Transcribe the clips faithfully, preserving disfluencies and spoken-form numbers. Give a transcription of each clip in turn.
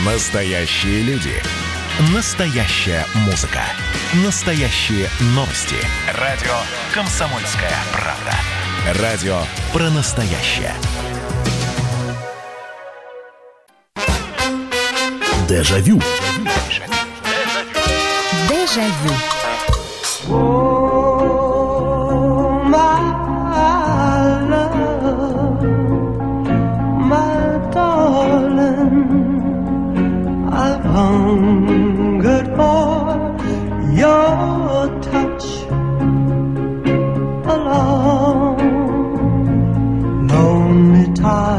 Настоящие люди. Настоящая музыка. Настоящие новости. Радио «Комсомольская правда». Радио про настоящее. Дежавю. Дежавю. Hungered for your touch, a long, lonely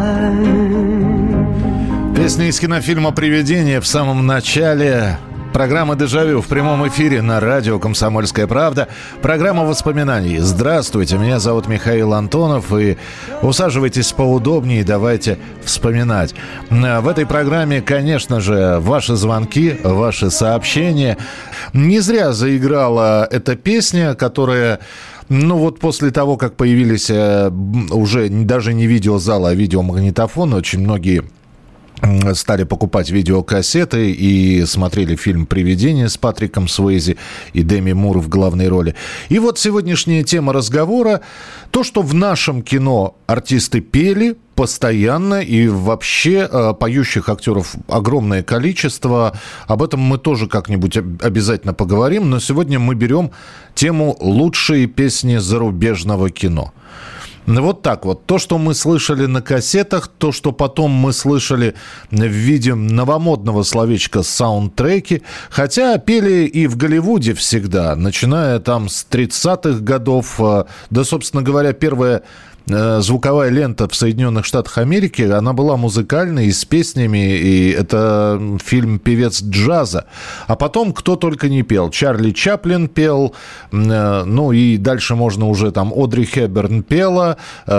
time. Песня из кинофильма «Привидение» в самом начале программы «Дежавю» в прямом эфире на радио «Комсомольская правда». Программа воспоминаний. Здравствуйте, меня зовут Михаил Антонов. И усаживайтесь поудобнее и давайте вспоминать. В этой программе, конечно же, ваши звонки, ваши сообщения. Не зря заиграла эта песня, которая... Ну вот после того, как появились э, уже даже не видеозалы, а видеомагнитофоны, очень многие... стали покупать видеокассеты и смотрели фильм «Привидение» с Патриком Суэйзи и Деми Мур в главной роли. И вот сегодняшняя тема разговора – то, что в нашем кино артисты пели постоянно, и вообще э, поющих актеров огромное количество. Об этом мы тоже как-нибудь обязательно поговорим, но сегодня мы берем тему «Лучшие песни зарубежного кино». Вот так вот. То, что мы слышали на кассетах, то, что потом мы слышали в виде новомодного словечка «саундтреки», хотя пели и в Голливуде всегда, начиная там с тридцатых годов, да, собственно говоря, первая звуковая лента в Соединенных Штатах Америки, она была музыкальной и с песнями, и это фильм «Певец джаза». А потом кто только не пел. Чарли Чаплин пел, ну и дальше можно уже там Одри Хепберн пела,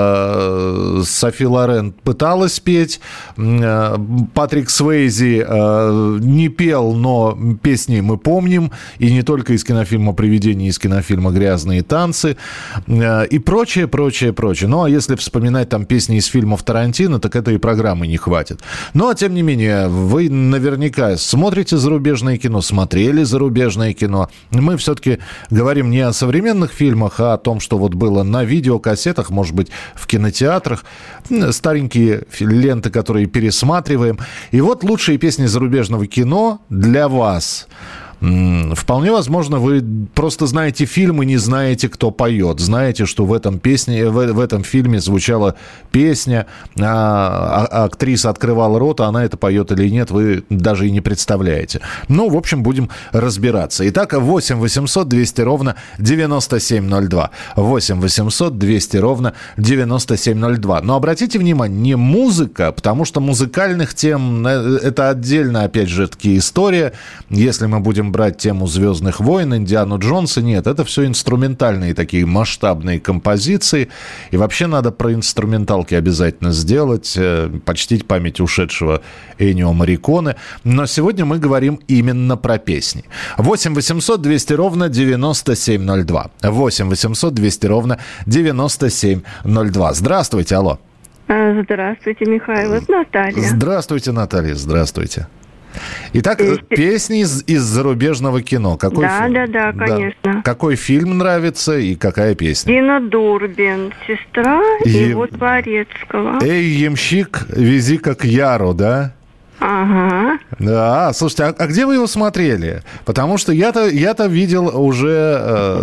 Софи Лорен пыталась петь, Патрик Суэйзи не пел, но песни мы помним, и не только из кинофильма «Привидение», из кинофильма «Грязные танцы» и прочее, прочее, прочее. Ну, а если вспоминать там песни из фильмов Тарантино, так этой программы не хватит. Ну, а тем не менее, вы наверняка смотрите зарубежное кино, смотрели зарубежное кино. Мы все-таки говорим не о современных фильмах, а о том, что вот было на видеокассетах, может быть, в кинотеатрах. Старенькие ленты, которые пересматриваем. И вот лучшие песни зарубежного кино для вас. Вполне возможно, вы просто знаете фильм и не знаете, кто поет. Знаете, что в этом, песне, в, в этом фильме звучала песня, а, а актриса открывала рот, а она это поет или нет, вы даже и не представляете. Ну, в общем, будем разбираться. Итак, восемь восемьсот двести ровно девяносто семь ноль два. восемь восемьсот двести ровно девяносто семь ноль два. Но обратите внимание, не музыка, потому что музыкальных тем, это отдельно, опять же, таки история. Если мы будем брать тему «Звездных войн», «Индиану Джонса», нет, это все инструментальные такие масштабные композиции. И вообще надо про инструменталки обязательно сделать, почтить память ушедшего Эннио Морриконе. Но сегодня мы говорим именно про песни. восемь восемьсот двести ровно девяносто семь ноль два. восемь восемьсот двести ровно девяносто семь ноль два. Здравствуйте, алло. Здравствуйте, Михаил, это Наталья. Здравствуйте, Наталья, здравствуйте. Итак, Песни. песни из, из зарубежного кино. Какой да, фильм? да, да, конечно. Да. Какой фильм нравится и какая песня? Дина Дурбин, сестра и... его Дворецкого. Эй, ямщик, вези как Яру, да? Ага. Да, слушайте, а, а где вы его смотрели? Потому что я-то, я-то видел уже э,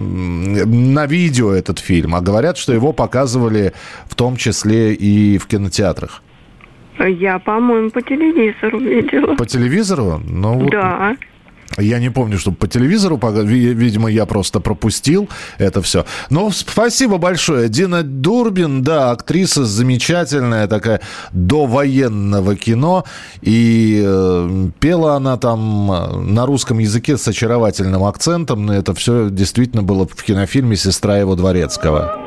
на видео этот фильм, а говорят, что его показывали в том числе и в кинотеатрах. Я, по-моему, по телевизору видела. По телевизору? Ну, да. Я не помню, чтобы по телевизору, видимо, я просто пропустил это все. Но спасибо большое. Дина Дурбин, да, актриса замечательная, такая довоенного кино. И э, пела она там на русском языке с очаровательным акцентом. Но это все действительно было в кинофильме «Сестра его Дворецкого».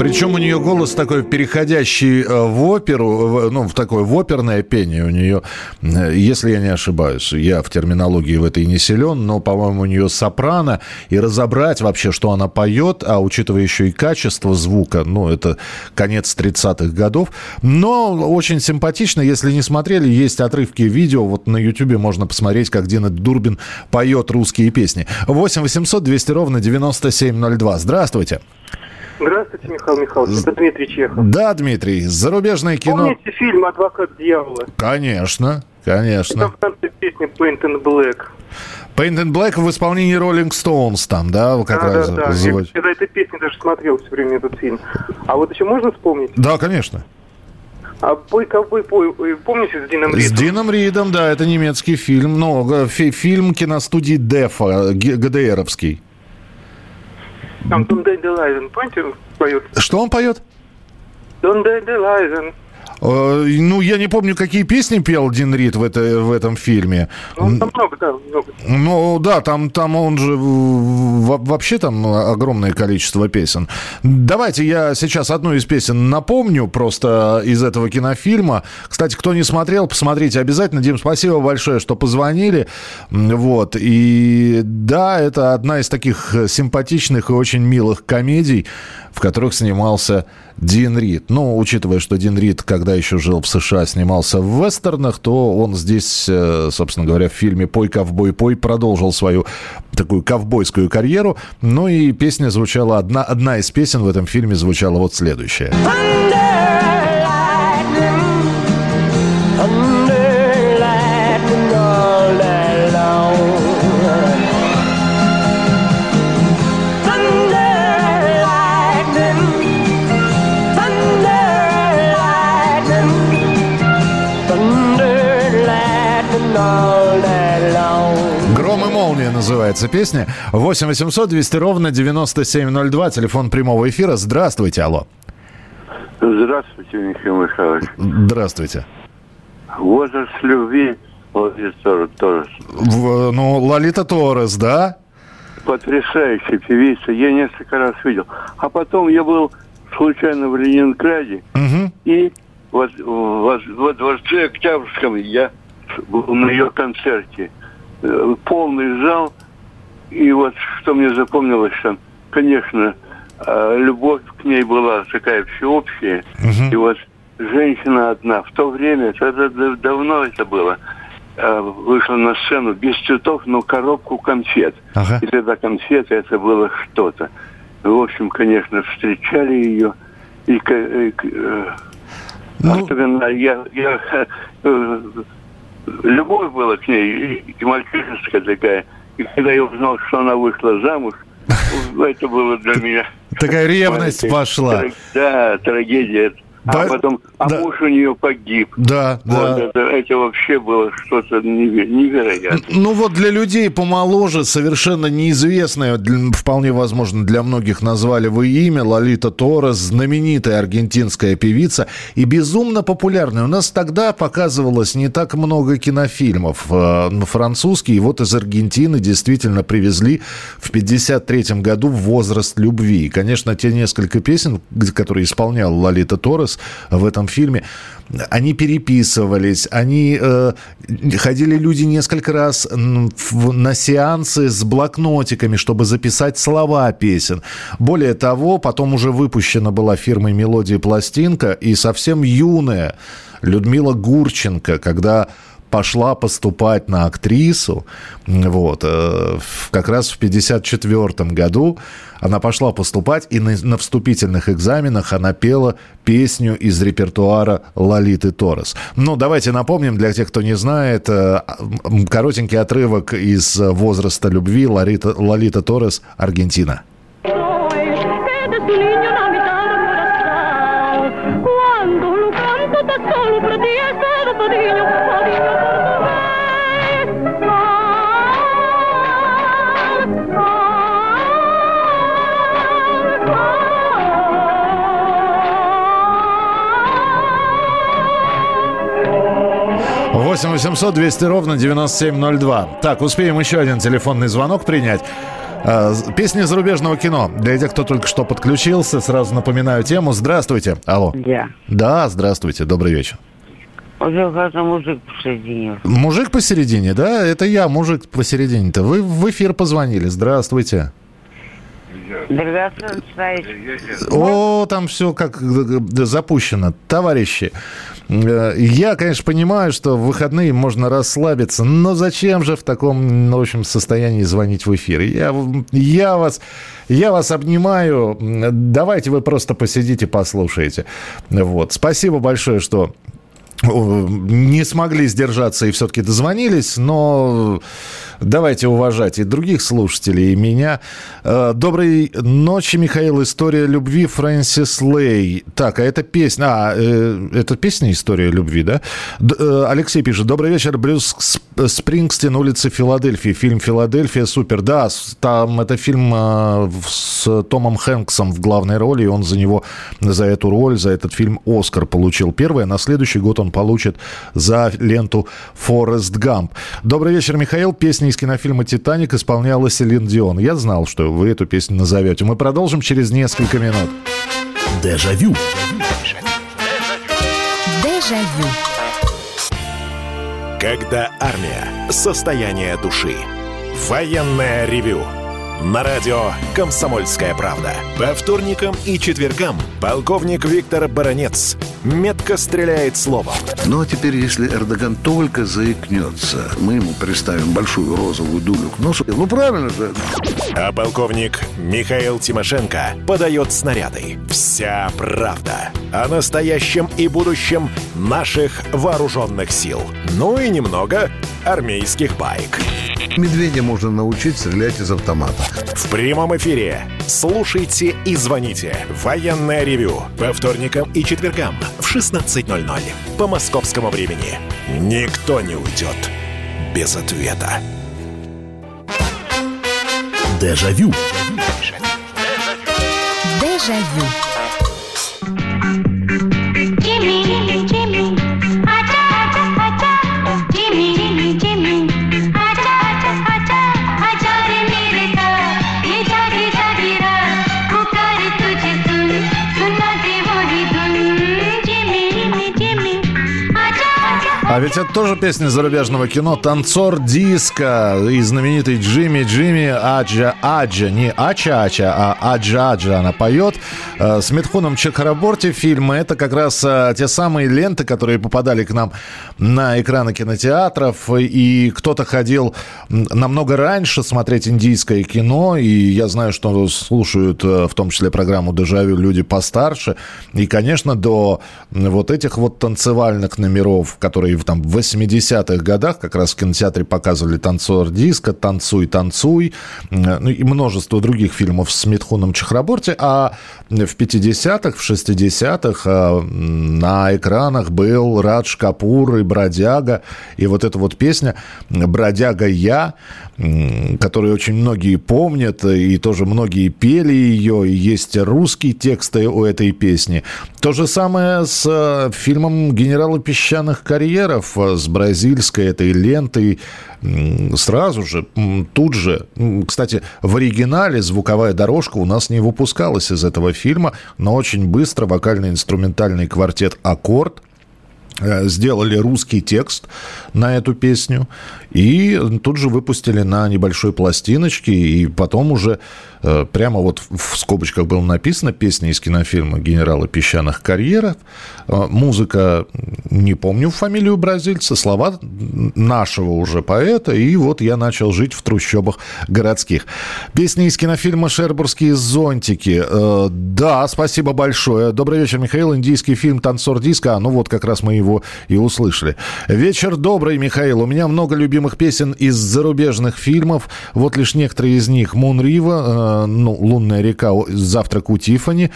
Причем у нее голос такой переходящий в оперу, ну, в такое в оперное пение у нее, если я не ошибаюсь. Я в терминологии в этой не силен, но, по-моему, у нее сопрано. И разобрать вообще, что она поет, а учитывая еще и качество звука, ну, это конец тридцатых годов. Но очень симпатично. Если не смотрели, есть отрывки видео. Вот на Ютьюбе можно посмотреть, как Дина Дурбин поет русские песни. восемь восемьсот двести ровно девяносто семь ноль два. Здравствуйте. Здравствуйте, Михаил Михайлович. Это Дмитрий Чехов. Да, Дмитрий. Зарубежное кино. Помните фильм «Адвокат дьявола»? Конечно, конечно. Там в конце песни «Paint in Black». Paint in Black в исполнении Rolling Stones там, да? Как да, раз да, да. звук. Я когда этой песни даже смотрел все время этот фильм. А вот еще можно вспомнить? Да, конечно. А «Пой, ковбой, пой», помните, с Дином Ридом? С Дином Ридом, да, это немецкий фильм. Ну, фи- фильм киностудии Дефа, ГДРовский. Там «Don't Die the Lion», помните, поет? Что он поет? «Don't Die the Lion». Э, ну, я не помню, какие песни пел Дин Рид в, это, в этом фильме. Ну, там много, да, много. Ну, да, там, там он же... Вообще там огромное количество песен. Давайте я сейчас одну из песен напомню просто из этого кинофильма. Кстати, кто не смотрел, посмотрите обязательно. Дим, спасибо большое, что позвонили. Вот. И да, это одна из таких симпатичных и очень милых комедий, в которых снимался Дин Рид. Ну, учитывая, что Дин Рид, когда еще жил в США, снимался в вестернах, то он здесь, собственно говоря, в фильме «Пой, ковбой, пой» продолжил свою такую ковбойскую карьеру. Ну и песня звучала, одна, одна из песен в этом фильме звучала вот следующая. Называется песня. восемь восемьсот двести ровно девяносто семь ноль два. Телефон прямого эфира. Здравствуйте, алло. Здравствуйте, Михаил Михайлович. Здравствуйте. Возраст любви Лолита Торрес. В, ну, Лолита Торрес, да? Потрясающая певица. Я несколько раз видел. А потом я был случайно в Ленинграде. Угу. И вот во, во Дворце Октябрьском я был на ее концерте. Полный зал. И вот что мне запомнилось, что, конечно, любовь к ней была такая всеобщая. Uh-huh. И вот женщина одна в то время, тогда давно это было, вышла на сцену без цветов, но коробку конфет. Uh-huh. И тогда конфеты это было что-то. В общем, конечно, встречали ее. И, и, ну... особенно я... я любовь была к ней, и мальчишеская такая. И когда я узнал, что она вышла замуж, это было для меня... Такая ревность пошла. Да, трагедия. А потом, а да. муж у нее погиб. Да, вот да. Это, это вообще было что-то невероятное. Ну вот для людей помоложе, совершенно неизвестное, вполне возможно, для многих назвали вы имя, Лолита Торрес, знаменитая аргентинская певица и безумно популярная. У нас тогда показывалось не так много кинофильмов французские, и вот из Аргентины действительно привезли в пятьдесят третьем году «Возраст любви». И, конечно, те несколько песен, которые исполняла Лолита Торрес в этом фильме, они переписывались, они э, ходили люди несколько раз в, на сеансы с блокнотиками, чтобы записать слова песен. Более того, потом уже выпущена была фирмой «Мелодия пластинка», и совсем юная Людмила Гурченко, когда пошла поступать на актрису, вот, э, как раз в пятьдесят четвёртом году она пошла поступать, и на, на вступительных экзаменах она пела песню из репертуара Лолиты Торрес. Ну, давайте напомним, для тех, кто не знает, э, коротенький отрывок из «Возраста любви», Лолита, Лолита Торрес, Аргентина. восемь восемьсот двести ровно девяносто семь ноль два. Так, успеем еще один телефонный звонок принять. Песни зарубежного кино. Для тех, кто только что подключился, сразу напоминаю тему. Здравствуйте. Алло. Да. Да, здравствуйте. Добрый вечер. Уже кажется, мужик посередине. Мужик посередине, да? Это я, мужик посередине-то. Вы в эфир позвонили. Здравствуйте. О, там все как запущено. Товарищи, я, конечно, понимаю, что в выходные можно расслабиться, но зачем же в таком, в общем, состоянии звонить в эфир? Я, я, вас, я вас обнимаю. Давайте вы просто посидите, послушаете. Вот. Спасибо большое, что не смогли сдержаться и все-таки дозвонились, но давайте уважать и других слушателей, и меня. Доброй ночи, Михаил. История любви, Фрэнсис Лей. Так, а это песня... А, э, это песня «История любви», да? Д- э, Алексей пишет. Добрый вечер, Брюс Спрингстин, улица Филадельфии. Фильм «Филадельфия» супер. Да, там это фильм э, с Томом Хэнксом в главной роли, и он за него, за эту роль, за этот фильм «Оскар» получил первый, а на следующий год он получит за ленту «Форест Гамп». Добрый вечер, Михаил. Песня из кинофильма «Титаник» исполняла Селин Дион. Я знал, что вы эту песню назовете. Мы продолжим через несколько минут. Дежавю. Дежавю. Когда армия. Состояние души. Военное ревю. На радио «Комсомольская правда». По вторникам и четвергам полковник Виктор Баранец метко стреляет словом. Ну, а теперь, если Эрдоган только заикнется, мы ему приставим большую розовую дулю к носу. Ну, правильно же. А полковник Михаил Тимошенко подает снаряды. Вся правда о настоящем и будущем наших вооруженных сил. Ну и немного армейских баек. Медведя можно научить стрелять из автомата. В прямом эфире слушайте и звоните. Военное ревю по вторникам и четвергам в шестнадцать ноль ноль по московскому времени. Никто не уйдет без ответа. Дежавю. Дежавю. А ведь это тоже песня зарубежного кино. «Танцор диско» и знаменитый Джимми Джимми Аджа Аджа. Не Ача Ача, а Аджа Аджа она поет. С Митхуном Чакраборти фильмы. Это как раз те самые ленты, которые попадали к нам на экраны кинотеатров. И кто-то ходил намного раньше смотреть индийское кино. И я знаю, что слушают в том числе программу «Дежавю» люди постарше. И, конечно, до вот этих вот танцевальных номеров, которые там в восьмидесятых годах как раз в кинотеатре показывали «Танцор диско», «Танцуй, танцуй», ну и множество других фильмов с Митхуном Чакраборти, а в пятидесятых, в шестидесятых на экранах был Радж Капур и «Бродяга», и вот эта вот песня «Бродяга я», которую очень многие помнят, и тоже многие пели ее, и есть русские тексты у этой песни. То же самое с фильмом «Генералы песчаных карьеров», с бразильской этой лентой. Сразу же, тут же, кстати, в оригинале звуковая дорожка у нас не выпускалась из этого фильма, но очень быстро вокально-инструментальный квартет «Аккорд» сделали русский текст на эту песню и тут же выпустили на небольшой пластиночке, и потом уже э, прямо вот в скобочках было написано «Песня из кинофильма «Генералы песчаных карьеров». Э, музыка, не помню фамилию бразильца, слова нашего уже поэта, и вот я начал жить в трущобах городских. Песня из кинофильма «Шербургские зонтики». Э, да, спасибо большое. Добрый вечер, Михаил. Индийский фильм «Танцор диско». А, ну вот как раз мы его и услышали. Вечер добрый, Михаил. У меня много любимых песен из зарубежных фильмов. Вот лишь некоторые из них. «Мун Рива», э, ну, «Лунная река», «Завтрак у Тиффани»,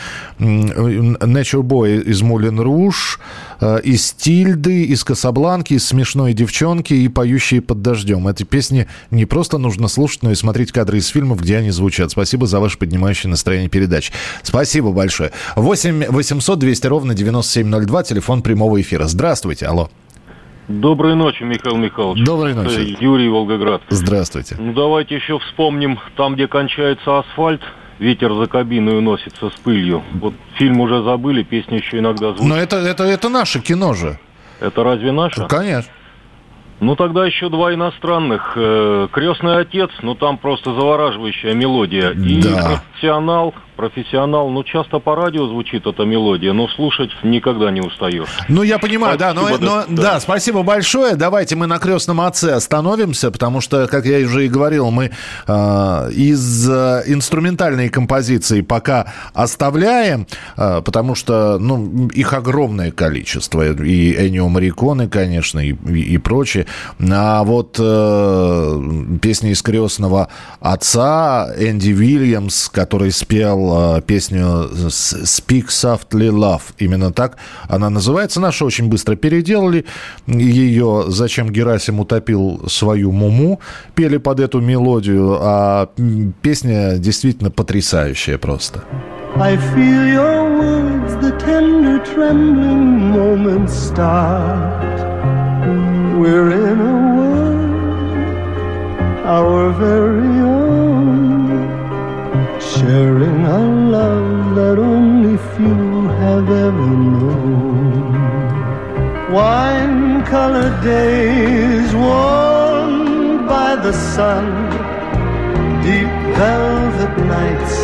«Nature Boy» из «Мулен Руж», э, из «Тильды», из «Касабланки», из «Смешной девчонки» и «Поющие под дождем». Эти песни не просто нужно слушать, но и смотреть кадры из фильмов, где они звучат. Спасибо за ваше поднимающее настроение передач. Спасибо большое. восемь восемьсот двести ровно девяносто семь ноль два, телефон прямого эфира. Здравствуйте, алло. Доброй ночи, Михаил Михайлович. Доброй ночи. Юрий, Волгоград. Здравствуйте. Ну, давайте еще вспомним, там, где кончается асфальт, ветер за кабиной уносится с пылью. Вот фильм уже забыли, песня еще иногда звучит. Но это, это, это наше кино же. Это разве наше? Конечно. Ну, тогда еще два иностранных. «Крестный отец», ну, там просто завораживающая мелодия. И да. «Профессионал». Профессионал, ну, часто по радио звучит эта мелодия, но слушать никогда не устаешь. Ну, я понимаю, спасибо, да, но, но, да. да, спасибо большое. Давайте мы на «Крестном отце» остановимся, потому что, как я уже и говорил, мы э, из э, инструментальной композиции пока оставляем, э, потому что, ну, их огромное количество. И Эннио Морриконе, конечно, и, и, и прочее. А вот э, песни из «Крестного отца», Энди Уильямс, который спел песню «Speak Softly Love». Именно так она называется. Наши очень быстро переделали ее «Зачем Герасим утопил свою муму». Пели под эту мелодию. А песня действительно потрясающая просто. I feel your words, the tender trembling moments start. We're in a world, our very own, sharing a love that only few have ever known. Wine-colored days warmed by the sun, deep velvet nights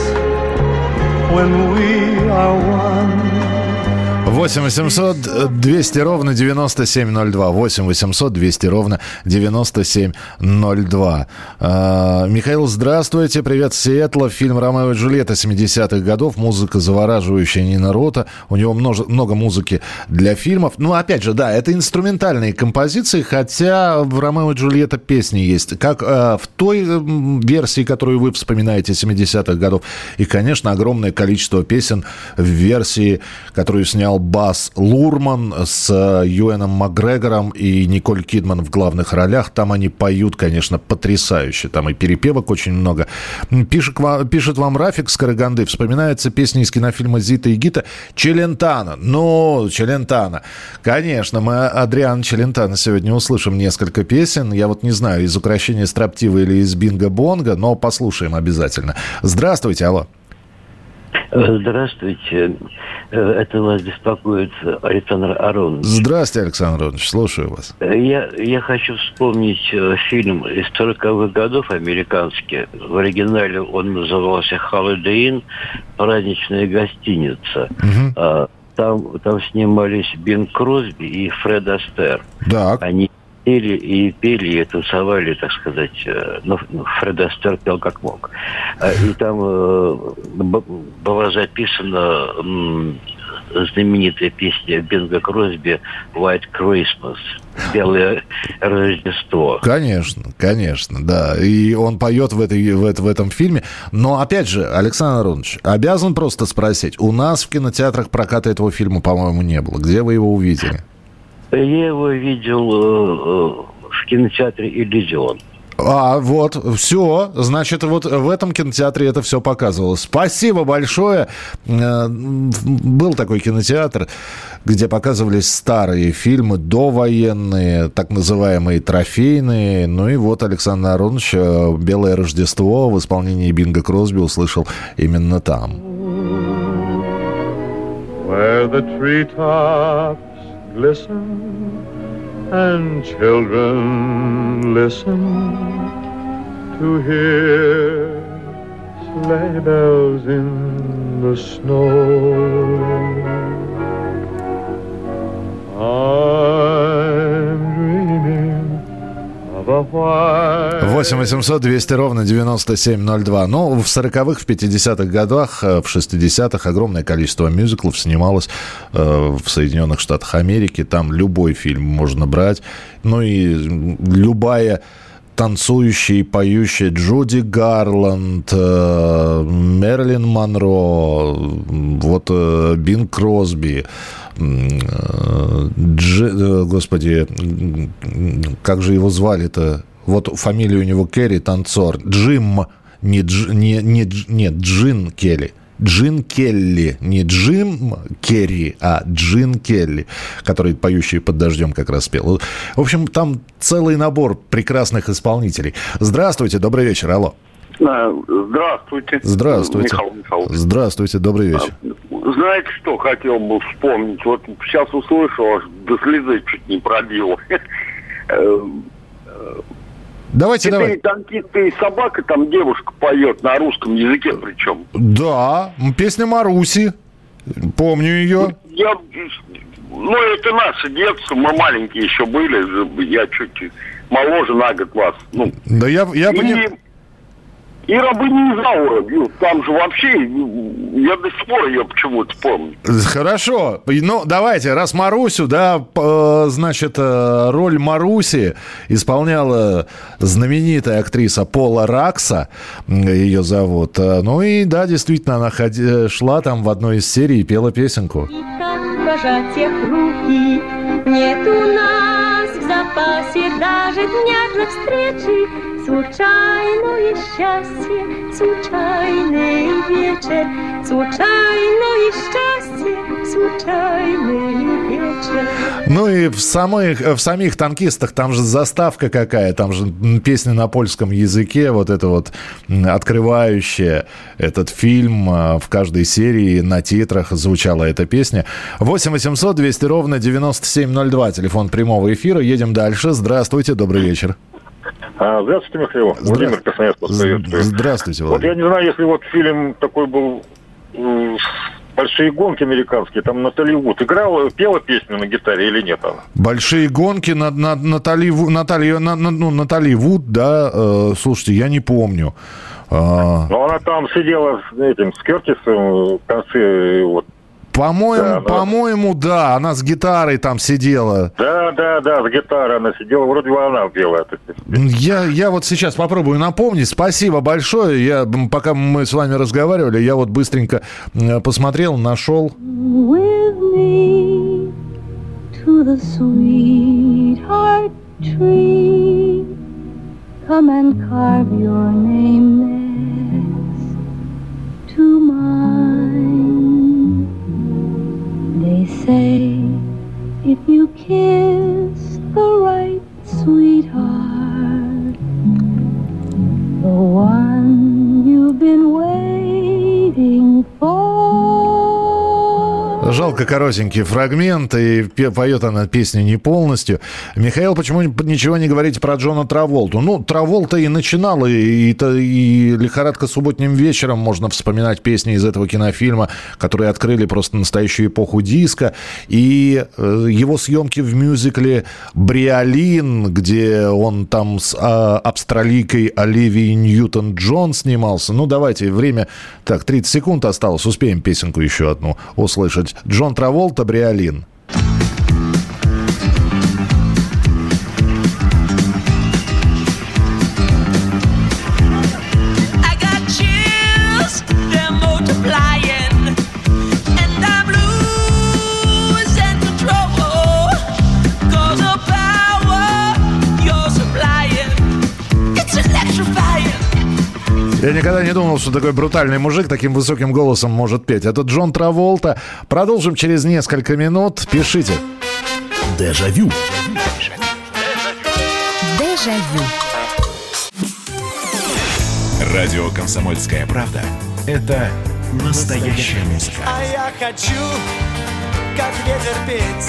when we are one. восемь восемьсот двести ровно девяносто семь ноль два. восемь восемьсот двести ровно девяносто семь ноль два. А, Михаил, здравствуйте. Привет, Сиэтла. Фильм «Ромео и Джульетта» семидесятых годов. Музыка завораживающая Нина Рота. У него много, много музыки для фильмов. Ну, опять же, да, это инструментальные композиции, хотя в «Ромео и Джульетта» песни есть. Как а, в той версии, которую вы вспоминаете, семидесятых годов. И, конечно, огромное количество песен в версии, которую снял Бас Лурман с Юэном Макгрегором и Николь Кидман в главных ролях. Там они поют, конечно, потрясающе. Там и перепевок очень много. Пишет вам, пишет вам Рафик с Караганды. Вспоминается песня из кинофильма «Зита и Гита» «Челентано». Ну, Челентано. Конечно, мы Адриано Челентано сегодня услышим несколько песен. Я вот не знаю, из «Укрощения строптивой» или из «Бинго-бонго», но послушаем обязательно. Здравствуйте, алло. Здравствуйте. Это вас беспокоит Александр Аронович. Здравствуйте, Александр Аронович. Слушаю вас. Я, я хочу вспомнить фильм из сороковых годов американский. В оригинале он назывался «Holiday Inn», «Праздничная гостиница». Угу. Там, там снимались Бинг Кросби и Фред Астер. Так. Они пели и пели, и танцевали, так сказать. Ну, Фред Астер пел как мог. И там э, была записана м, знаменитая песня Бинга Кросби «White Christmas», «Белое Рождество». Конечно, конечно, да. И он поет в, этой, в, в этом фильме. Но, опять же, Александр Аронович, обязан просто спросить. У нас в кинотеатрах проката этого фильма, по-моему, не было. Где вы его увидели? Я его видел э, в кинотеатре «Иллюзион». А, вот, все. Значит, вот в этом кинотеатре это все показывалось. Спасибо большое. Был такой кинотеатр, где показывались старые фильмы, довоенные, так называемые трофейные. Ну и вот Александр Аронович «Белое Рождество» в исполнении Бинга Кросби услышал именно там. Where the treetops glisten and children listen to hear sleigh bells in the snow. I'm dreaming of a white... восемь восемьсот двести ровно девяносто семь ноль два. Ну, в сороковых, в пятидесятых годах, в шестидесятых огромное количество мюзиклов снималось э, в Соединенных Штатах Америки. Там любой фильм можно брать. Ну и любая танцующая и поющая Джуди Гарланд, э, Мэрилин Монро, вот э, Бинг Кросби, э, Дж, господи, как же его звали-то? Вот фамилия у него Керри, танцор. Джим, не, Дж, не, не, нет, Джин Келли. Джин Келли. Не Джим Керри, а Джин Келли, который «Поющий под дождем» как раз спел. В общем, там целый набор прекрасных исполнителей. Здравствуйте, добрый вечер, алло. Здравствуйте. Здравствуйте. Михаил Михайлович. Здравствуйте, добрый вечер. Знаете, что хотел бы вспомнить? Вот сейчас услышал, аж до слезы чуть не пробило. Давайте, давайте. Танкисты и собака, там девушка поет на русском языке причем. Да, песня Маруси. Помню ее. Я, ну, это наше детство, мы маленькие еще были, я чуть моложе на год вас. Ну, да я, я и, понимаю. И рабыня Изаура, там же вообще, я до сих пор ее почему-то помню. Хорошо, ну давайте, раз Марусю, да, значит, роль Маруси исполняла знаменитая актриса Пола Ракса, ее зовут. Ну и да, действительно, она ходи, шла там в одной из серий и пела песенку. И как пожатие руки, нет у нас в запасе даже дня для встречи. Случайное счастье, случайный вечер, случайное счастье, случайный вечер. Ну и в самых, в самих танкистах там же заставка какая, там же песня на польском языке, вот это вот открывающая этот фильм, в каждой серии на титрах звучала эта песня. восемь восемьсот двести ровно девяносто семь ноль два, телефон прямого эфира. Едем дальше. Здравствуйте, добрый вечер. Здравствуйте, Михаил. Здра... Владимир Красноярск вас приветствует. Здравствуйте, Вот Владимир. я не знаю, если вот фильм такой был «Большие гонки» американские, там Натали Вуд играла, пела песню на гитаре или нет она? «Большие гонки» на, на, Натали, Натали, на, ну, Натали Вуд, да, э, слушайте, я не помню. А... Но она там сидела с этим, с Кертисом в конце, вот. По-моему, да, по-моему, да, она с гитарой там сидела. Да, да, да, с гитарой она сидела, вроде бы она пела это. Я, я вот сейчас попробую напомнить. Спасибо большое. Я, пока мы с вами разговаривали, я вот быстренько посмотрел, нашел. With me to the sweetheart tree. Come and carve your name next to mine. They say if you kiss the right sweetheart, the one you've been waiting for. Жалко коротенький фрагмент, и поет она песню не полностью. Михаил, почему ничего не говорите про Джона Траволту? Ну, Траволта и начинал, и, и, и «Лихорадка субботним вечером» можно вспоминать песни из этого кинофильма, которые открыли просто настоящую эпоху диска. И э, его съемки в мюзикле «Бриолин», где он там с а, австралийкой Оливией Ньютон-Джон снимался. Ну, давайте, время... Так, тридцать секунд осталось, успеем песенку еще одну услышать. Джон Траволта, «Бриолин». Я никогда не думал, что такой брутальный мужик таким высоким голосом может петь. Это Джон Траволта. Продолжим через несколько минут. Пишите. Дежавю. Дежавю. Радио «Комсомольская правда» — это настоящая музыка. А я хочу, как ветер, петь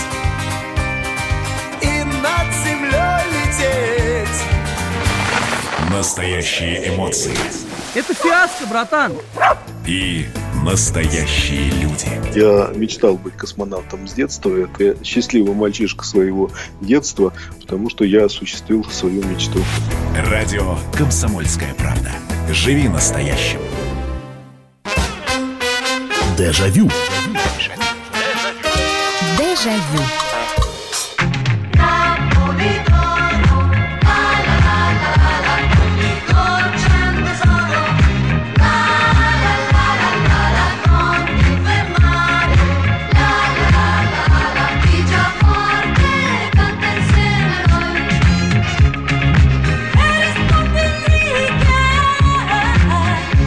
и над землей лететь. Настоящие эмоции. Это фиаско, братан. И настоящие люди. Я мечтал быть космонавтом с детства. Я счастливый мальчишка своего детства, потому что я осуществил свою мечту. Радио «Комсомольская правда». Живи настоящим. Дежавю. Дежавю.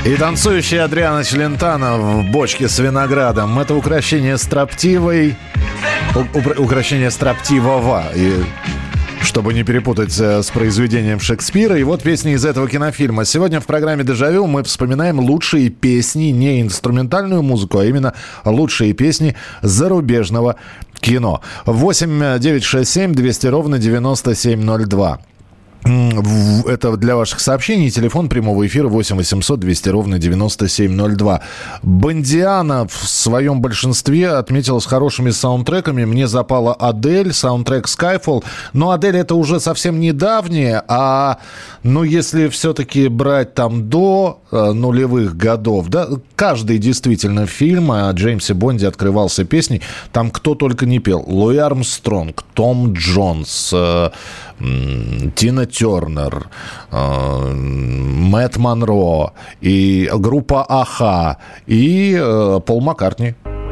И танцующая Адриана Челентано в бочке с виноградом. Это укрощение строптивой... У- укрощение строптивого. И... чтобы не перепутать с произведением Шекспира. И вот песни из этого кинофильма. Сегодня в программе «Дежавю» мы вспоминаем лучшие песни, не инструментальную музыку, а именно лучшие песни зарубежного кино. восемь девятьсот шестьдесят семь двести ровно девяносто семь ноль два. Это для ваших сообщений. Телефон прямого эфира восемь восемьсот двести ровно девяносто семь ноль два. Бондиана в своем большинстве отметилась хорошими саундтреками. Мне запала Адель, саундтрек Skyfall. Но Адель это уже совсем недавнее. А ну, если все-таки брать там до э, нулевых годов, да, каждый действительно фильм о Джеймсе Бонде открывался песней. Там кто только не пел. Луи Армстронг, Том Джонс, э, Тина Тернер, э, Мэтт Монро, и группа Аха, и э, Пол Маккартни.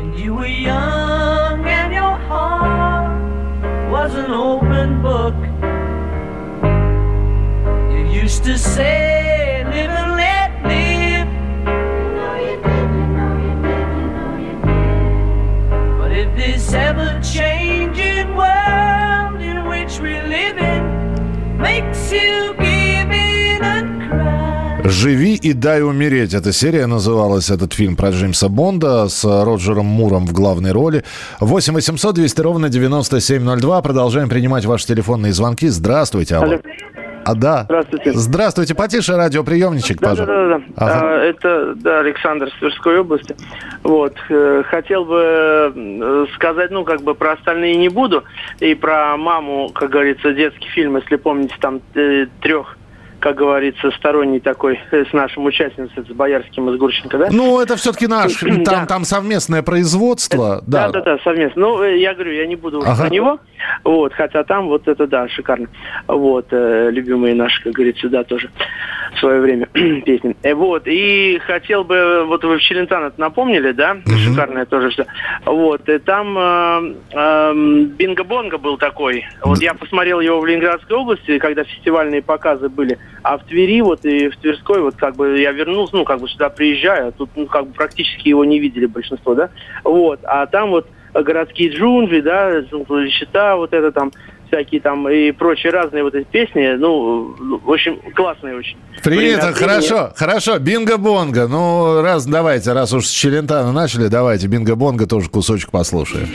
«Живи и дай умереть». Эта серия называлась, этот фильм про Джеймса Бонда с Роджером Муром в главной роли. восемь восемьсот двести ровно девяносто семь ноль два. Продолжаем принимать ваши телефонные звонки. Здравствуйте, алло. А, да. Здравствуйте. Здравствуйте. Потише радиоприемничек, да, пожалуйста. Да, да, да. Ага. А, это, да, Александр с Тверской области. Вот. Хотел бы сказать, ну, как бы про остальные не буду. И про «Маму», как говорится, детский фильм, если помните, там трех, как говорится, сторонний такой, с нашим участницей, с Боярским и с Гурченко, да? Ну, это все-таки наш, там, да. там совместное производство. Это, да. да, да, да, совместно. Ну, я говорю, я не буду ага. про него, вот, хотя там вот это, да, шикарно. Вот, э, любимые наши, как говорится, да, тоже в свое время песни. Э, вот, и хотел бы, вот вы в Челентано напомнили, да, mm-hmm. шикарное тоже все. Вот, и там э, э, Бинго-Бонго был такой. Вот я посмотрел его в Ленинградской области, когда фестивальные показы были. А в Твери вот и в Тверской вот как бы я вернулся, ну как бы сюда приезжаю, а тут ну как бы практически его не видели большинство, да, вот, а там вот городские джунгли, да, щита, вот это там всякие там и прочие разные вот эти песни, ну, в общем, классные очень. Принято, хорошо, хорошо, Бинго-Бонго, ну, раз, давайте, раз уж с Челентано начали, давайте Бинго-Бонго тоже кусочек послушаем.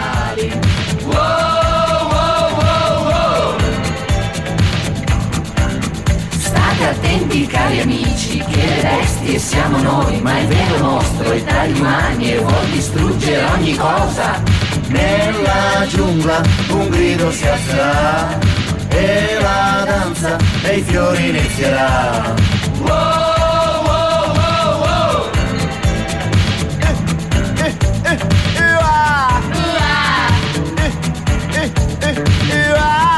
Attenti cari amici che le bestie siamo noi, ma il vero mostro è tra gli umani e vuol distruggere ogni cosa. Nella giungla un grido si alzerà e la danza dei fiori inizierà. Wow, wow, wow, wow. Eh, eh, eh, eh, ah. Eh, eh, eh, eh, ah.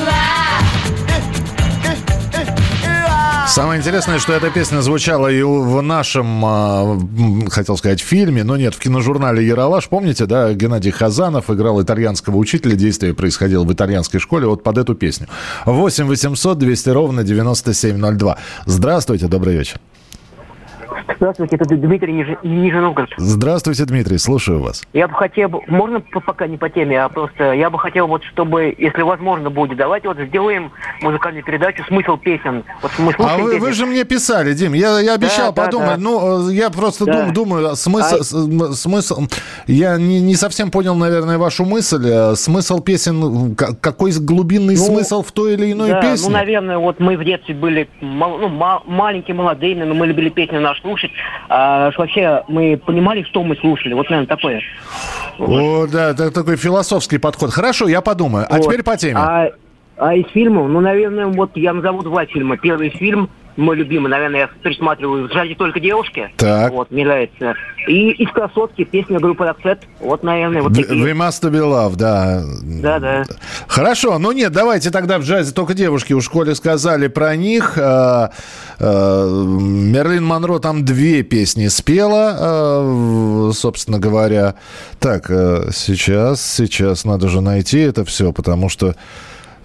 Самое интересное, что эта песня звучала и в нашем, хотел сказать, фильме, но нет, в киножурнале «Ералаш». Помните, да, Геннадий Хазанов играл итальянского учителя, действие происходило в итальянской школе, вот под эту песню. восемь восемьсот двести ровно девяносто семь ноль два. Здравствуйте, добрый вечер. Здравствуйте, это Дмитрий, Ниж... Нижний Новгород. Здравствуйте, Дмитрий, слушаю вас. Я бы хотел, можно пока не по теме, а просто я бы хотел, вот, чтобы, если возможно будет, давайте вот сделаем музыкальную передачу «Смысл песен». Вот мы а вы, вы же мне писали, Дим, я, я обещал да, подумать, да, да. ну, я просто да. дум, думаю, смысл, а... смысл, я не, не совсем понял, наверное, вашу мысль, смысл песен, какой глубинный ну, смысл в той или иной да, песне? Ну, наверное, вот мы в детстве были мал, ну, ма- маленькие, молодыми, но мы любили песни наши слушать. А, вообще мы понимали, что мы слушали. Вот, наверное, такое. О, да, это такой философский подход. Хорошо, я подумаю. А вот. Теперь по теме. А, а из фильмов, ну, наверное, вот я назову два фильма. Первый фильм, мой любимый, наверное, я пересматриваю «Сзади только девушки». Так. Вот, мне нравится. И из «Красотки» песня группы «Роксет». Вот, наверное, вот такие. «We must be love», да. Да, да. Хорошо, ну нет, давайте тогда в «Джазе только девушки». У школе сказали про них. А, а, Мерлин Монро там две песни спела, а, собственно говоря. Так, сейчас, сейчас надо же найти это все, потому что...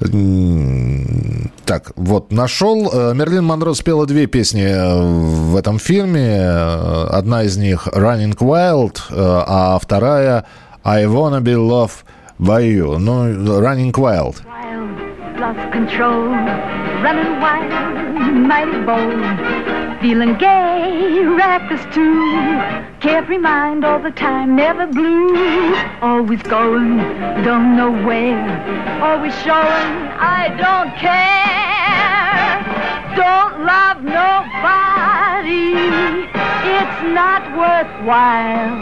Так, вот, нашел. Мерлин Монро спела две песни в этом фильме. Одна из них «Running Wild», а вторая «I Wanna Be Loved by You». Ну, «Running Wild». Lost control, running wild, mighty bold, feeling gay, reckless too, carefree mind all the time, never blue, always going, don't know where, always showing, I don't care, don't love nobody, it's not worthwhile,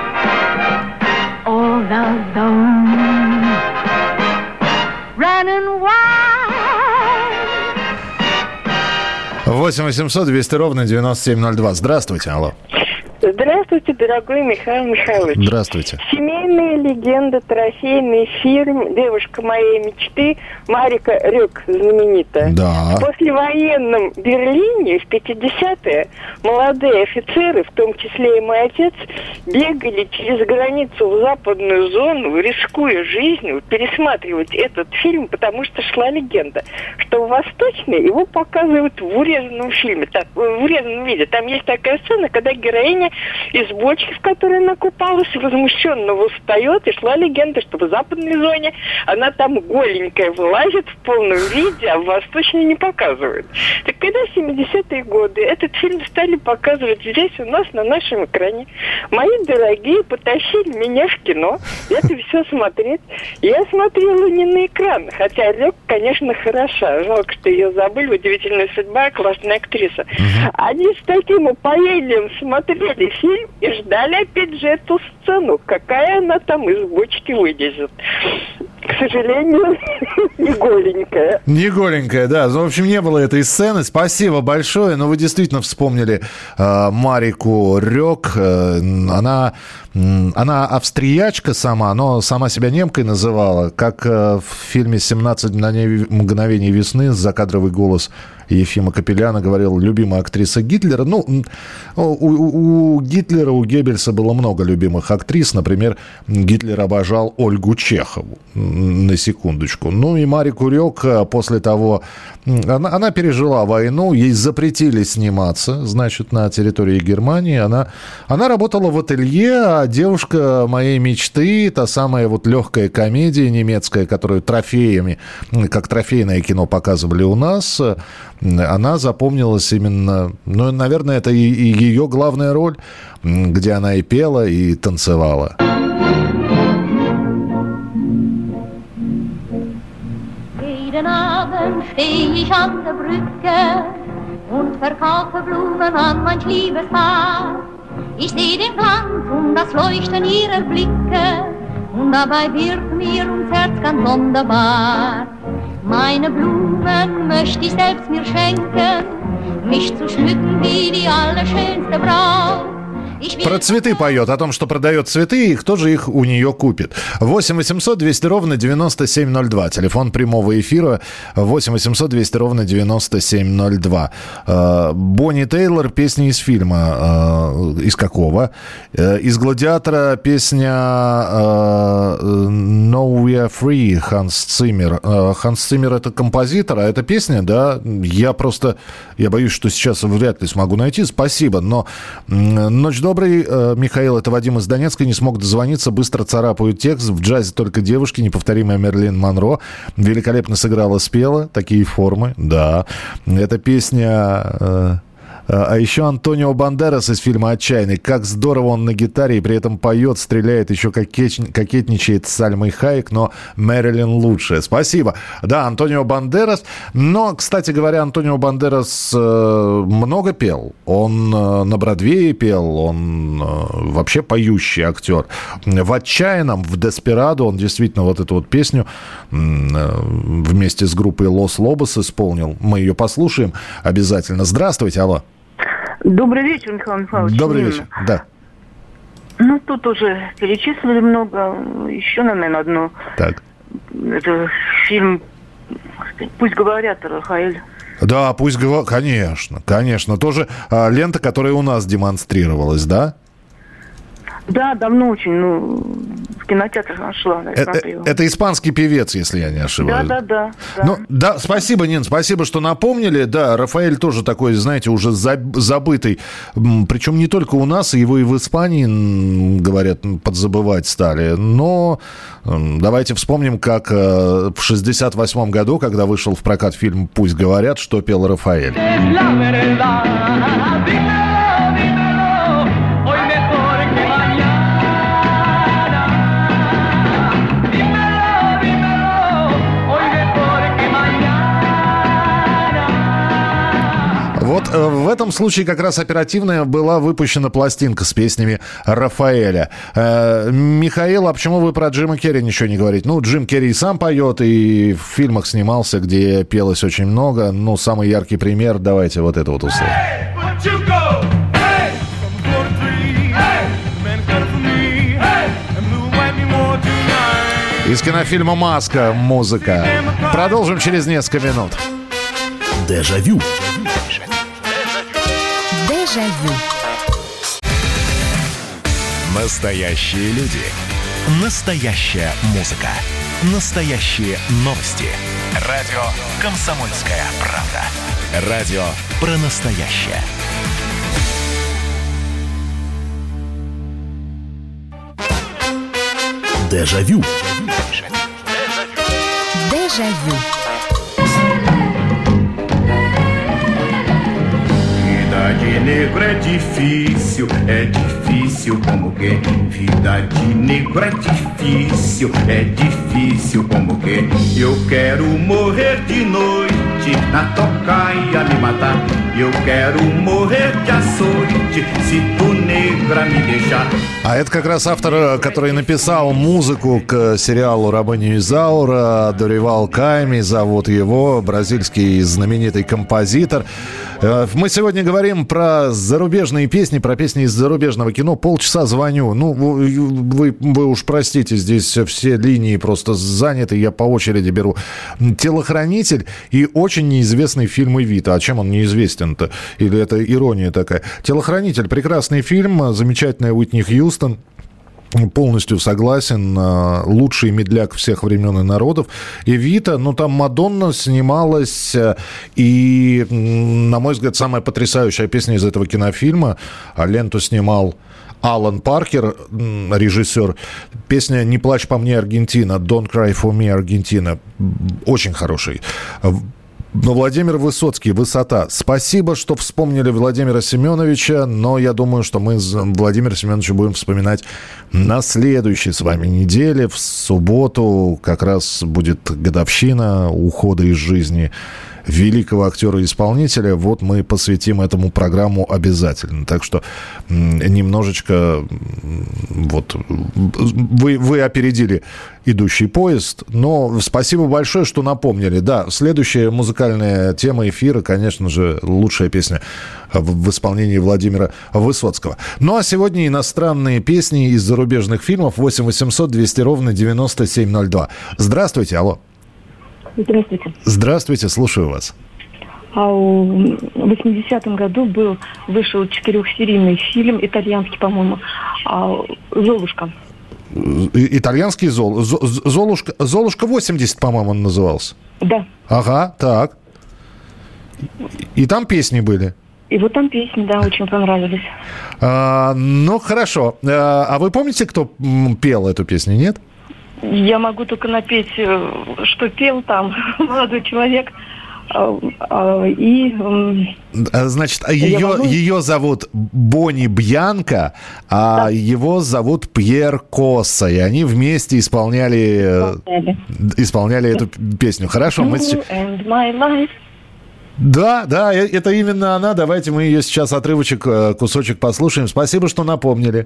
all alone. Running wild. восемь восемьсот двести ровно девяносто семь ноль два. Здравствуйте, алло. Здравствуйте, дорогой Михаил Михайлович. Здравствуйте. Семейная легенда, трофейный фильм «Девушка моей мечты» Марика Рёк, знаменитая. Да. В послевоенном Берлине в пятидесятые молодые офицеры, в том числе и мой отец, бегали через границу в западную зону, рискуя жизнью, пересматривать этот фильм, потому что шла легенда, что в восточной его показывают в урезанном фильме, так, в урезанном виде. Там есть такая сцена, когда героиня из бочки, в которой она купалась, возмущенно восстает, и шла легенда, что в западной зоне она там голенькая вылазит в полном виде, а в восточной не показывают. Так когда в семидесятые годы этот фильм стали показывать здесь у нас на нашем экране, мои дорогие потащили меня в кино, это все смотреть. Я смотрела не на экран, хотя Рёк, конечно, хороша. Жалко, что ее забыли, удивительная судьба, классная актриса. Они с таким упоением смотрели фильм и ждали опять же эту сцену, какая она там из бочки вылезет. К сожалению, не голенькая. Не голенькая, да. В общем, не было этой сцены. Спасибо большое. Но вы действительно вспомнили э, Марику Рёк. Э, она, э, она австриячка сама, но сама себя немкой называла. Как э, в фильме «семнадцать мгновений весны» закадровый голос Ефима Капеляна говорил, любимая актриса Гитлера. Ну, у, у, у Гитлера, у Геббельса было много любимых актрис. Например, Гитлер обожал Ольгу Чехову. На секундочку. Ну и Марику Рёк после того... Она, она пережила войну, ей запретили сниматься, значит, на территории Германии. Она, она работала в ателье, а девушка моей мечты, та самая вот легкая комедия немецкая, которую трофеями, как трофейное кино показывали у нас, она запомнилась именно... Ну, наверное, это и, и ее главная роль, где она и пела, и танцевала. Jeden Abend steh ich an der Brücke und verkaufe Blumen an mein liebes Paar. Ich seh den Glanz und das Leuchten ihrer Blicke und dabei wird mir ums Herz ganz sonderbar. Meine Blumen möchte ich selbst mir schenken, mich zu schmücken wie die allerschönste Braut. Про цветы поет, о том, что продает цветы, и кто же их у нее купит. восемь восемьсот двести ровно девяносто семь ноль два. Телефон прямого эфира восемь восемьсот двести ровно девяносто семь ноль два. Бонни Тейлор, песня из фильма. Из какого? Из «Гладиатора» песня «No We Are Free» Ханс Циммер. Ханс Циммер — это композитор, а эта песня, да, я просто, я боюсь, что сейчас вряд ли смогу найти. Спасибо, но «Ночь добрый». Добрый, Михаил, это Вадим из Донецка, не смог дозвониться, быстро царапают текст. В джазе только девушки, неповторимая Мерлин Монро. Великолепно сыграла, спела, такие формы, да. Эта песня... А еще Антонио Бандерас из фильма «Отчаянный». Как здорово он на гитаре и при этом поет, стреляет, еще кокетничает с Сальмой Хайек, но Мэрилин лучшая. Спасибо. Да, Антонио Бандерас. Но, кстати говоря, Антонио Бандерас э, много пел. Он э, на Бродвее пел, он э, вообще поющий актер. В «Отчаянном», в «Деспирадо» он действительно вот эту вот песню э, вместе с группой «Лос Лобос» исполнил. Мы ее послушаем обязательно. Здравствуйте, алло. Добрый вечер, Михаил Михайлович. Добрый вечер, да. Ну, тут уже перечислили много. Еще, наверное, одно. Так. Это фильм «Пусть говорят», Рафаэль. Да, пусть говорят, конечно, конечно. Тоже а, лента, которая у нас демонстрировалась, да? Да, давно очень, ну, в кинотеатрах она шла, я это, смотрела. Это испанский певец, если я не ошибаюсь. Да, да, да. да. Ну, да, спасибо, Нин, спасибо, что напомнили. Да, Рафаэль тоже такой, знаете, уже забытый. Причем не только у нас, его и в Испании, говорят, подзабывать стали. Но давайте вспомним, как в шестьдесят восьмом году, когда вышел в прокат фильм «Пусть говорят», что пел Рафаэль. Вот в этом случае как раз оперативно была выпущена пластинка с песнями Рафаэля. Э, Михаил, а почему вы про Джима Керри ничего не говорите? Ну, Джим Керри и сам поет, и в фильмах снимался, где пелось очень много. Ну, самый яркий пример, давайте вот это вот услышим. Из кинофильма «Маска» музыка. Продолжим через несколько минут. Дежавю. Дежавю. Настоящие люди. Настоящая музыка. Настоящие новости. Радио «Комсомольская правда». Радио про настоящее. Дежавю. Дежавю. Vida de negro é difícil, é difícil como que. Vida de negro é difícil, é difícil como que. Eu quero morrer de noite na tocaia me matar. Eu quero morrer de açoite se tu negra me deixar. А это как раз автор, который написал музыку к сериалу «Рабыня Изаура», Доривал Кайми, зовут его, бразильский знаменитый композитор. Мы сегодня говорим про зарубежные песни, про песни из зарубежного кино. Полчаса звоню. Ну, вы, вы уж простите, здесь все линии просто заняты, я по очереди беру. «Телохранитель» и очень неизвестный фильм «Эвита». А чем он неизвестен-то? Или это ирония такая? «Телохранитель» — прекрасный фильм, замечательная Уитни Хьюстон. Полностью согласен. Лучший медляк всех времен и народов. «Эвита», ну там Мадонна снималась. И, на мой взгляд, самая потрясающая песня из этого кинофильма. Ленту снимал Алан Паркер, режиссер. Песня «Не плачь по мне, Аргентина», «Don't cry for me, Аргентина». Очень хороший. Но Владимир Высоцкий, «Высота». Спасибо, что вспомнили Владимира Семеновича, но я думаю, что мы Владимира Семеновича будем вспоминать на следующей с вами неделе. В субботу как раз будет годовщина ухода из жизни великого актера и исполнителя. Вот мы посвятим этому программу обязательно. Так что немножечко вот вы, вы опередили идущий поезд. Но спасибо большое, что напомнили. Да, следующая музыкальная тема эфира, конечно же, лучшая песня в, в исполнении Владимира Высоцкого. Ну а сегодня иностранные песни из зарубежных фильмов. восемь восемьсот двести ровно девяносто семь ноль два. Здравствуйте, алло. Здравствуйте. Здравствуйте, слушаю вас. А в восьмидесятом году был, вышел четырехсерийный фильм, итальянский, по-моему, «Золушка». Итальянский Зол... Золушка... Золушка восемьдесят, по-моему, он назывался. Да. Ага, так. И там песни были. И вот там песни, да, очень понравились. А, ну, хорошо. А, а вы помните, кто пел эту песню, нет? Я могу только напеть, что пел там молодой человек. И, значит, ее, могу... ее зовут Бонни Бьянка, а да. его зовут Пьер Косса. И они вместе исполняли, исполняли. исполняли эту песню. Хорошо, мы сейчас... Да, да, это именно она. Давайте мы ее сейчас отрывочек, кусочек послушаем. Спасибо, что напомнили.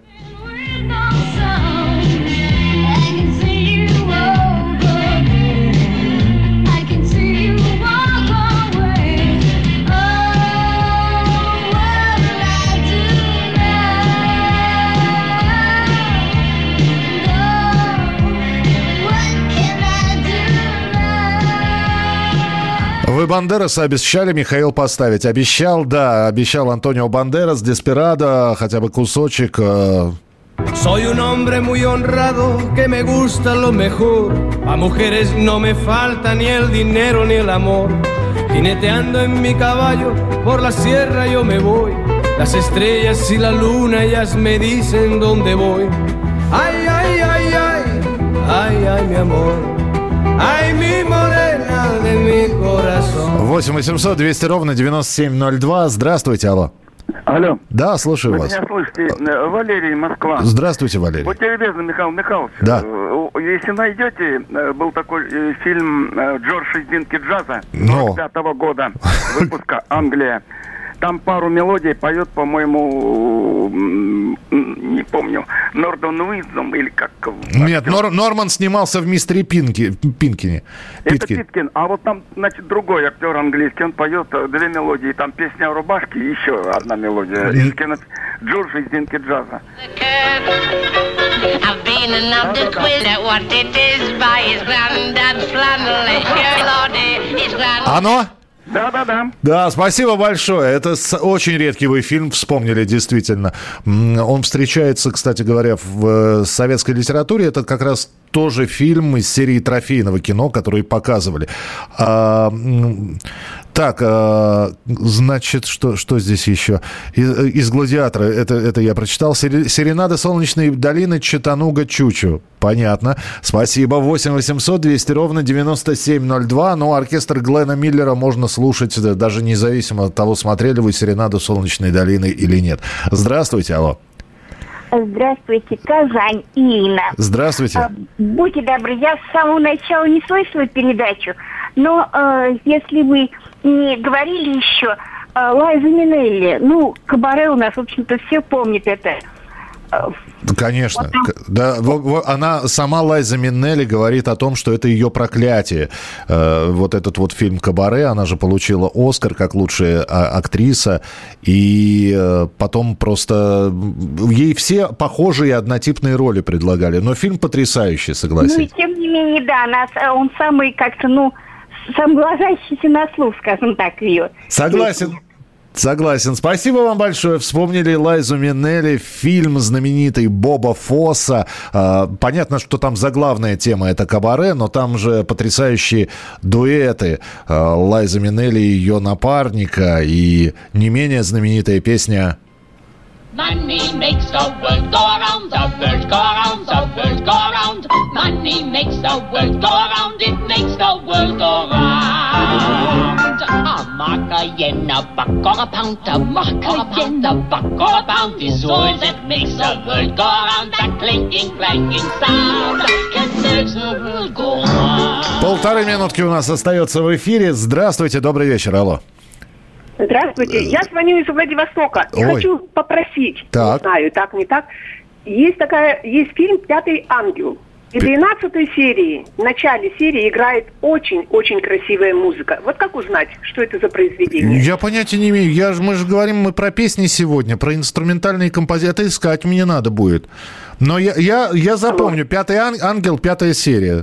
Вы Бандераса обещали, Михаил, поставить? Обещал, да, обещал Антонио Бандерас, «Деспирадо», хотя бы кусочек. Soy un hombre muy honrado que me gusta lo mejor. A mujeres no me falta ni el dinero ni el amor. Jineteando en mi caballo por la sierra yo me voy. Las estrellas y la luna ellas me dicen dónde voy. Ay, ay, ay, ay, ay, ay, mi amor. Ay, mi morena de mi corazón. восемь восемьсот двести ровно девяносто семь ноль два. Здравствуйте, алло. Алло. Да, слушаю Вы вас. меня слышите? Валерий, Москва. Здравствуйте, Валерий. Будьте любезны, Михаил Михайлович. Да. Если найдете, был такой фильм «Джордж из Динки Джаза» Но. сорок пятого года выпуска, Англия. Там пару мелодий поет, по-моему, не помню, Нордон Уизом или как... Нет, Нор, Норман снимался в «Мистере Пинки», Пинкине. Это Питкин. Питкин. А вот там, значит, другой актер английский, он поет две мелодии. Там песня о рубашке и еще одна мелодия. Из кино «Джордж из Динки Джаза». I've been another quiz at what it is by his granddad's flannel. Here, Lordy, his granddad. Оно? Да, да, да. Да, спасибо большое. Это с- очень редкий вы фильм, вспомнили действительно. М, Он встречается, кстати говоря, в э, советской литературе. Это как раз тоже фильм из серии трофейного кино, который показывали. А, м, так, а, значит, что, что здесь еще? Из, из «Гладиатора», это, это я прочитал. Сери- «Серенада солнечной долины» Читануга Чучу. Понятно. Спасибо. восемь восемьсот двести ровно девяносто семь ноль два. Ну, оркестр Глена Миллера можно слушать да, даже независимо от того, смотрели вы «Серенаду солнечной долины» или нет. Здравствуйте, алло. Здравствуйте, Казань, Инна. Здравствуйте. А, будьте добры, я с самого начала не слышала передачу, но э, если вы не говорили еще, э, Лайза Минелли, ну, «Кабаре» у нас, в общем-то, все помнят это. Конечно. К- Да, во- во- она сама, Лайза Минелли, говорит о том, что это ее проклятие. Э, вот этот вот фильм «Кабаре», она же получила «Оскар» как лучшая а, актриса. И э, потом просто ей все похожие однотипные роли предлагали. Но фильм потрясающий, Ну, и согласен. тем не менее, да, она, с- он самый как-то, ну, сам ложащийся на слух, скажем так, ее. Согласен. Согласен. Спасибо вам большое. Вспомнили Лайзу Минелли, фильм знаменитый Боба Фосса. А, понятно, что там заглавная тема — это «Кабаре», но там же потрясающие дуэты. А, Лайза Минелли и ее напарника, и не менее знаменитая песня... Money makes the world go around, the world go around, the world go around. Money makes the world go around, it makes the world go round. A mark, a yen, a buck, or a pound, a mark, a yen, a buck, or a pound is all that makes the world go around. That clinking, clanking sound that makes the world go round. Полторы минутки у нас остается в эфире. Здравствуйте, добрый вечер, алло. Здравствуйте, я звоню из Владивостока. И Ой. хочу попросить, Так. не знаю, так, не так. Есть такая, есть фильм «Пятый ангел». И в двенадцатой серии, в начале серии играет очень-очень красивая музыка. Вот как узнать, что это за произведение? Я понятия не имею. Я ж, мы же говорим мы про песни сегодня, про инструментальные композиции. Это искать мне надо будет. Но я, я, я запомню. «Пятый ан- ангел», пятая серия.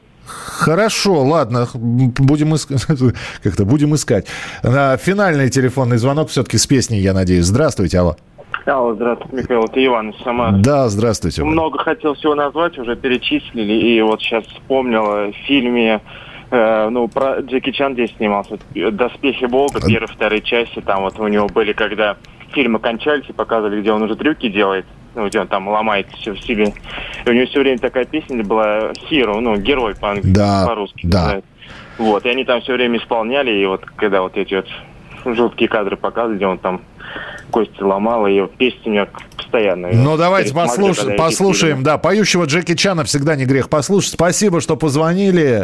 Хорошо, ладно, будем искать. Как-то будем искать. А, Финальный телефонный звонок все-таки с песней, я надеюсь. Здравствуйте, алло. Алло, здравствуйте, Михаил, это Иван из Самары. Да, здравствуйте. Много хотел всего назвать, уже перечислили, и вот сейчас вспомнил в фильме, э, ну, про Джеки Чан здесь снимался, «Доспехи Бога», первой, второй части, там вот у него были, когда фильмы кончались и показывали, где он уже трюки делает, ну, где он там ломает все в себе. И у него все время такая песня была «Hero», ну, герой по-английски, Да, по-русски. да. Знает. Вот, и они там все время исполняли, и вот когда вот эти вот жуткие кадры показывали, где он там кости ломал, и песня у меня постоянно. Ну, давайте Пересматриваю, послуш- когда я послушаем. фильмы. Да, поющего Джеки Чана всегда не грех послушать. Спасибо, что позвонили.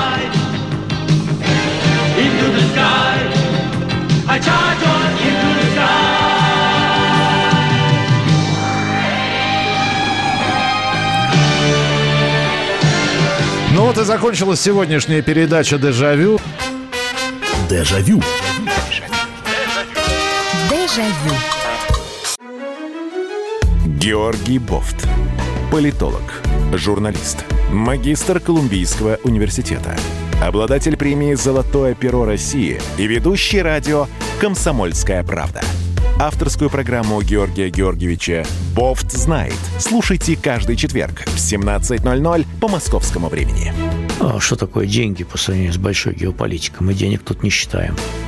Into the sky, I charge on into the sky. Ну вот и закончилась сегодняшняя передача «Дежавю». Дежавю. Дежавю. Георгий Бофт. Политолог, журналист, магистр Колумбийского университета, обладатель премии «Золотое перо России» и ведущий радио «Комсомольская правда». Авторскую программу Георгия Георгиевича «Бофт знает». Слушайте каждый четверг в семнадцать ноль ноль по московскому времени. А что такое деньги по сравнению с большой геополитикой? Мы денег тут не считаем.